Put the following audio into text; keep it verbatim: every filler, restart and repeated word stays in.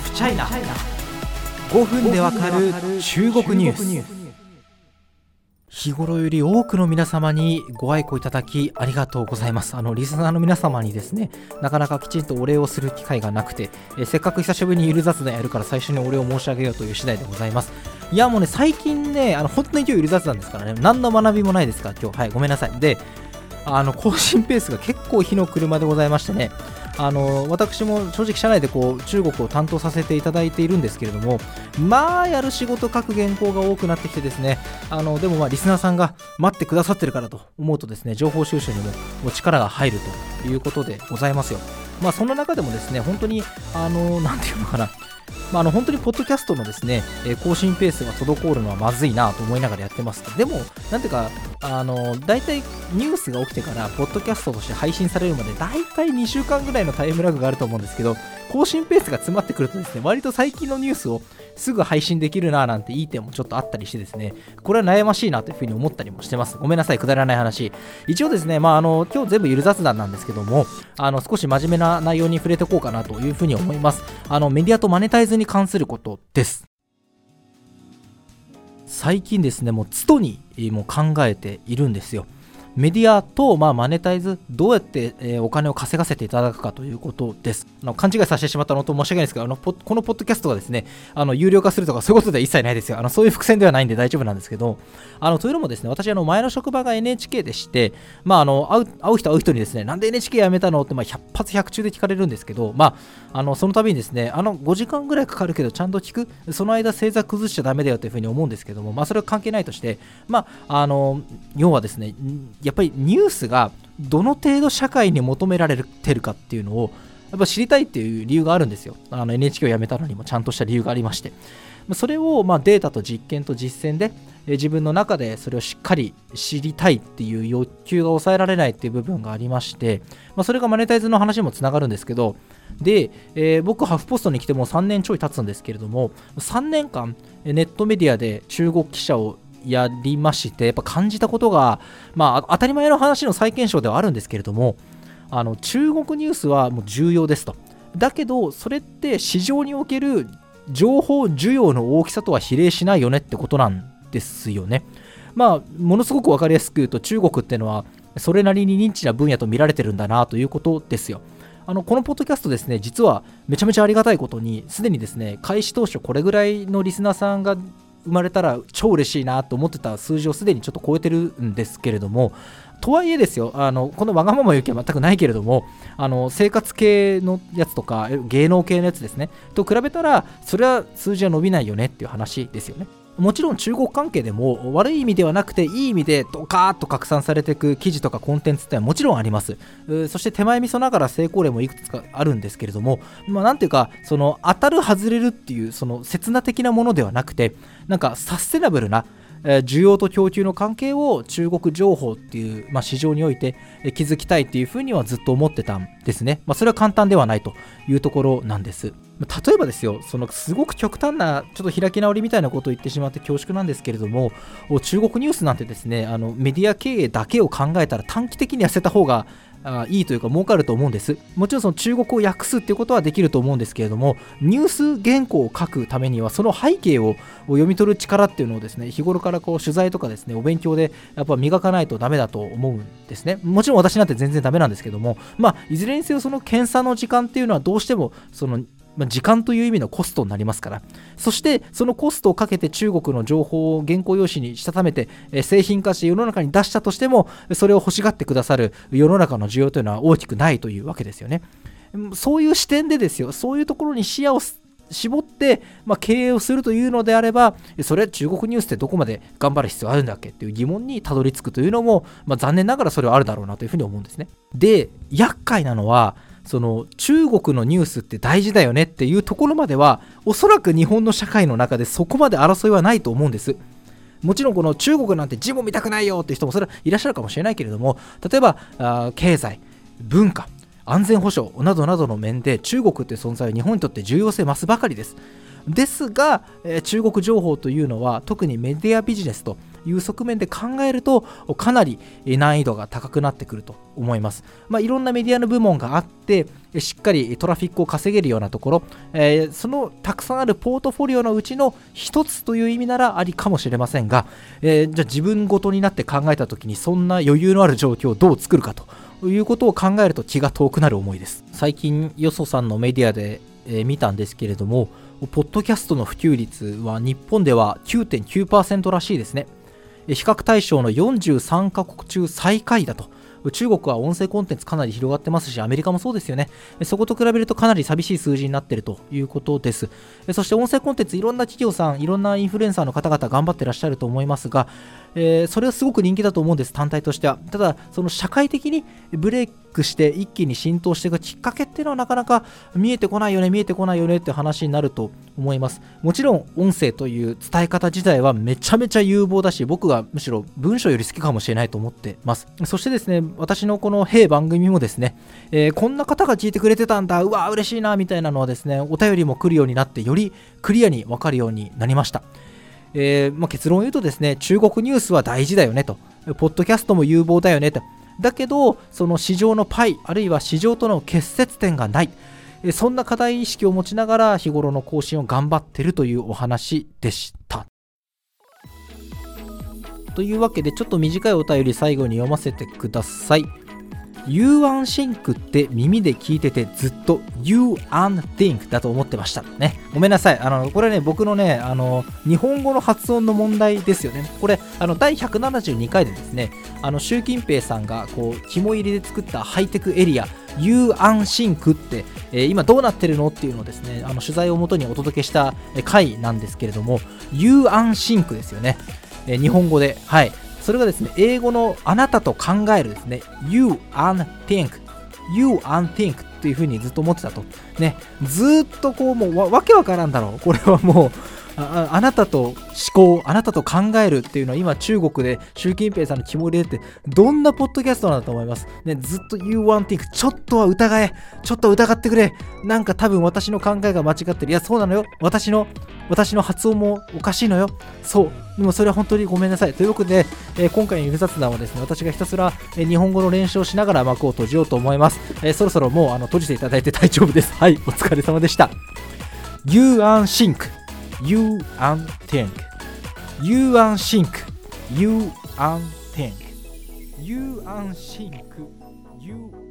フチャイナ、ごふんでわかる中国ニュース。日頃より多くの皆様にご愛顧いただきありがとうございます。あのリスナーの皆様にですね、なかなかきちんとお礼をする機会がなくて、えせっかく久しぶりにゆる雑談やるから最初にお礼を申し上げようという次第でございます。いやもうね、最近ね、あの本当に今日ゆる雑談ですからね、何の学びもないですから今日、はい、ごめんなさい。で、あの更新ペースが結構火の車でございましてね、あの私も正直社内でこう中国を担当させていただいているんですけれども、まあやる仕事書く原稿が多くなってきてですね、あのでもまあリスナーさんが待ってくださってるからと思うとですね、情報収集にも力が入るということでございますよ。まあその中でもですね、本当にあのなんていうのかな、まあ、あの本当にポッドキャストのですね、えー、更新ペースが滞るのはまずいなと思いながらやってます。でもなんていうか、あのだいたいニュースが起きてからポッドキャストとして配信されるまでだいたいにしゅうかんぐらいのタイムラグがあると思うんですけど、更新ペースが詰まってくるとですね、割と最近のニュースをすぐ配信できるななんていい点もちょっとあったりしてですね、これは悩ましいなというふうに思ったりもしてます。ごめんなさい、くだらない話。一応ですね、まあ、あの今日全部ゆる雑談なんですけども、あの少し真面目な内容に触れていこうかなというふうに思います。あのメディアとマネタイズに関することです。最近ですね、もう都度にもう考えているんですよ。メディアと、まあ、マネタイズ、どうやって、えー、お金を稼がせていただくかということです。あの勘違いさせてしまったのと申し訳ないですけど、あのポこのポッドキャストがですね、あの有料化するとかそういうことでは一切ないですよ。あのそういう伏線ではないんで大丈夫なんですけど、あのというのもですね、私あの前の職場が エヌエイチケー でして、まあ、あの会う、会う人会う人にですね、なんで エヌエイチケー 辞めたのって、まあ、ひゃく発ひゃく中で聞かれるんですけど、まあ、あのその度にですね、あのごじかんぐらいかかるけどちゃんと聞く、その間正座崩しちゃダメだよというふうに思うんですけども、まあ、それは関係ないとして、まあ、あの要はですね、やっぱりニュースがどの程度社会に求められてるかっていうのをやっぱ知りたいっていう理由があるんですよ。あの エヌエイチケー を辞めたのにもちゃんとした理由がありまして、それをまあデータと実験と実践で自分の中でそれをしっかり知りたいっていう欲求が抑えられないっていう部分がありまして、まあ、それがマネタイズの話にもつながるんですけど、で、えー、僕ハフポストに来てもうさんねんちょい経つんですけれども、さんねんかんネットメディアで中国記者をやりまして、やっぱ感じたことが、まあ、当たり前の話の再検証ではあるんですけれども、あの中国ニュースはもう重要ですと。だけどそれって市場における情報需要の大きさとは比例しないよねってことなんですよね。まあものすごく分かりやすく言うと、中国っていうのはそれなりにニッチな分野と見られてるんだなということですよ。あのこのポッドキャストですね、実はめちゃめちゃありがたいことに、すでにですね、開始当初これぐらいのリスナーさんが生まれたら超嬉しいなと思ってた数字をすでにちょっと超えてるんですけれども、とはいえですよ、あのこのわがまま言う気は全くないけれども、あの生活系のやつとか芸能系のやつですねと比べたら、それは数字は伸びないよねっていう話ですよね。もちろん中国関係でも悪い意味ではなくていい意味でドカーッと拡散されていく記事とかコンテンツってのはもちろんあります。そして手前味噌ながら成功例もいくつかあるんですけれども、まあ、なんていうか、その当たる外れるっていうその刹那的なものではなくて、なんかサステナブルな需要と供給の関係を中国情報っていう、まあ、市場において築きたいっていうふうにはずっと思ってたんですね。まあ、それは簡単ではないというところなんです。例えばですよ、そのすごく極端なちょっと開き直りみたいなことを言ってしまって恐縮なんですけれども、中国ニュースなんてですね、あのメディア経営だけを考えたら短期的に痩せた方があいいというか儲かると思うんです。もちろんその中国を訳すっていうことはできると思うんですけれども、ニュース原稿を書くためにはその背景を読み取る力っていうのをですね、日頃からこう取材とかですね、お勉強でやっぱ磨かないとダメだと思うんですね。もちろん私なんて全然ダメなんですけども、まあいずれにせよその検査の時間っていうのはどうしてもそのまあ、時間という意味のコストになりますから、そしてそのコストをかけて中国の情報を原稿用紙にしたためて、えー、製品化して世の中に出したとしても、それを欲しがってくださる世の中の需要というのは大きくないというわけですよね。そういう視点でですよ、そういうところに視野を絞って、まあ、経営をするというのであれば、それは中国ニュースってどこまで頑張る必要あるんだっけっていう疑問にたどり着くというのも、まあ、残念ながらそれはあるだろうなというふうに思うんですね。で、厄介なのはその中国のニュースって大事だよねっていうところまでは、おそらく日本の社会の中でそこまで争いはないと思うんです。もちろんこの中国なんて字も見たくないよっていう人もそれはいらっしゃるかもしれないけれども、例えばあ経済、文化、安全保障などなどの面で中国っていう存在は日本にとって重要性増すばかりです。ですが、えー、中国情報というのは特にメディアビジネスという側面で考えるとかなり難易度が高くなってくると思います。まあ、いろんなメディアの部門があってしっかりトラフィックを稼げるようなところ、えー、そのたくさんあるポートフォリオのうちの一つという意味ならありかもしれませんが、えー、じゃあ自分ごとになって考えた時にそんな余裕のある状況をどう作るかということを考えると気が遠くなる思いです。最近よそさんのメディアで、えー、見たんですけれども、ポッドキャストの普及率は日本では きゅうてんきゅうパーセント らしいですね。比較対象のよんじゅうさんカ国中最下位だと。中国は音声コンテンツかなり広がってますし、アメリカもそうですよね。そこと比べるとかなり寂しい数字になっているということです。そして音声コンテンツ、いろんな企業さん、いろんなインフルエンサーの方々頑張ってらっしゃると思いますが、えー、それはすごく人気だと思うんです、単体としては。ただ、その社会的にブレイクして一気に浸透していくきっかけっていうのはなかなか見えてこないよね、見えてこないよねって話になると思います。もちろん音声という伝え方自体はめちゃめちゃ有望だし、僕がむしろ文章より好きかもしれないと思ってます。そしてですね、私のこの弊番組もですね、えー、こんな方が聞いてくれてたんだ、うわ嬉しいなみたいなのはですね、お便りも来るようになってよりクリアに分かるようになりました。えーまあ、結論を言うとですね、中国ニュースは大事だよねと、ポッドキャストも有望だよねと、だけどその市場のパイ、あるいは市場との結節点がない、えー、そんな課題意識を持ちながら日頃の更新を頑張ってるというお話でした。というわけで、ちょっと短いお便り最後に読ませてください。You and Think って耳で聞いててずっと You and Think だと思ってましたね。ごめんなさい。あのこれね、僕のね、あの日本語の発音の問題ですよね。これあのだいひゃくななじゅうにかいでですね、あの習近平さんがこう肝入りで作ったハイテクエリア You and Think って、えー、今どうなってるのっていうのをですね、あの取材をもとにお届けした回なんですけれども、 You and Think ですよね。えー、日本語で、はい。それがですね、英語のあなたと考えるですね、You and Think You and Think っていう風にずっと思ってたとね、ずっとこうもう わ, わけわからんだろう、これはもう あ, あなたと思考、あなたと考えるっていうのは今中国で習近平さんの肝入れってどんなポッドキャストなんだと思いますね。ずっと You and Think、 ちょっとは疑え、ちょっと疑ってくれ、なんか多分私の考えが間違ってる、いやそうなのよ、私の私の発音もおかしいのよ、そうでもそれは本当にごめんなさいということで、えー、今回のゆる雑談はですね、私がひたすら、えー、日本語の練習をしながら幕を閉じようと思います。えー、そろそろもうあの閉じていただいて大丈夫です。はい、お疲れ様でした。 You and Think You and Think You and Think You and Think You and Think You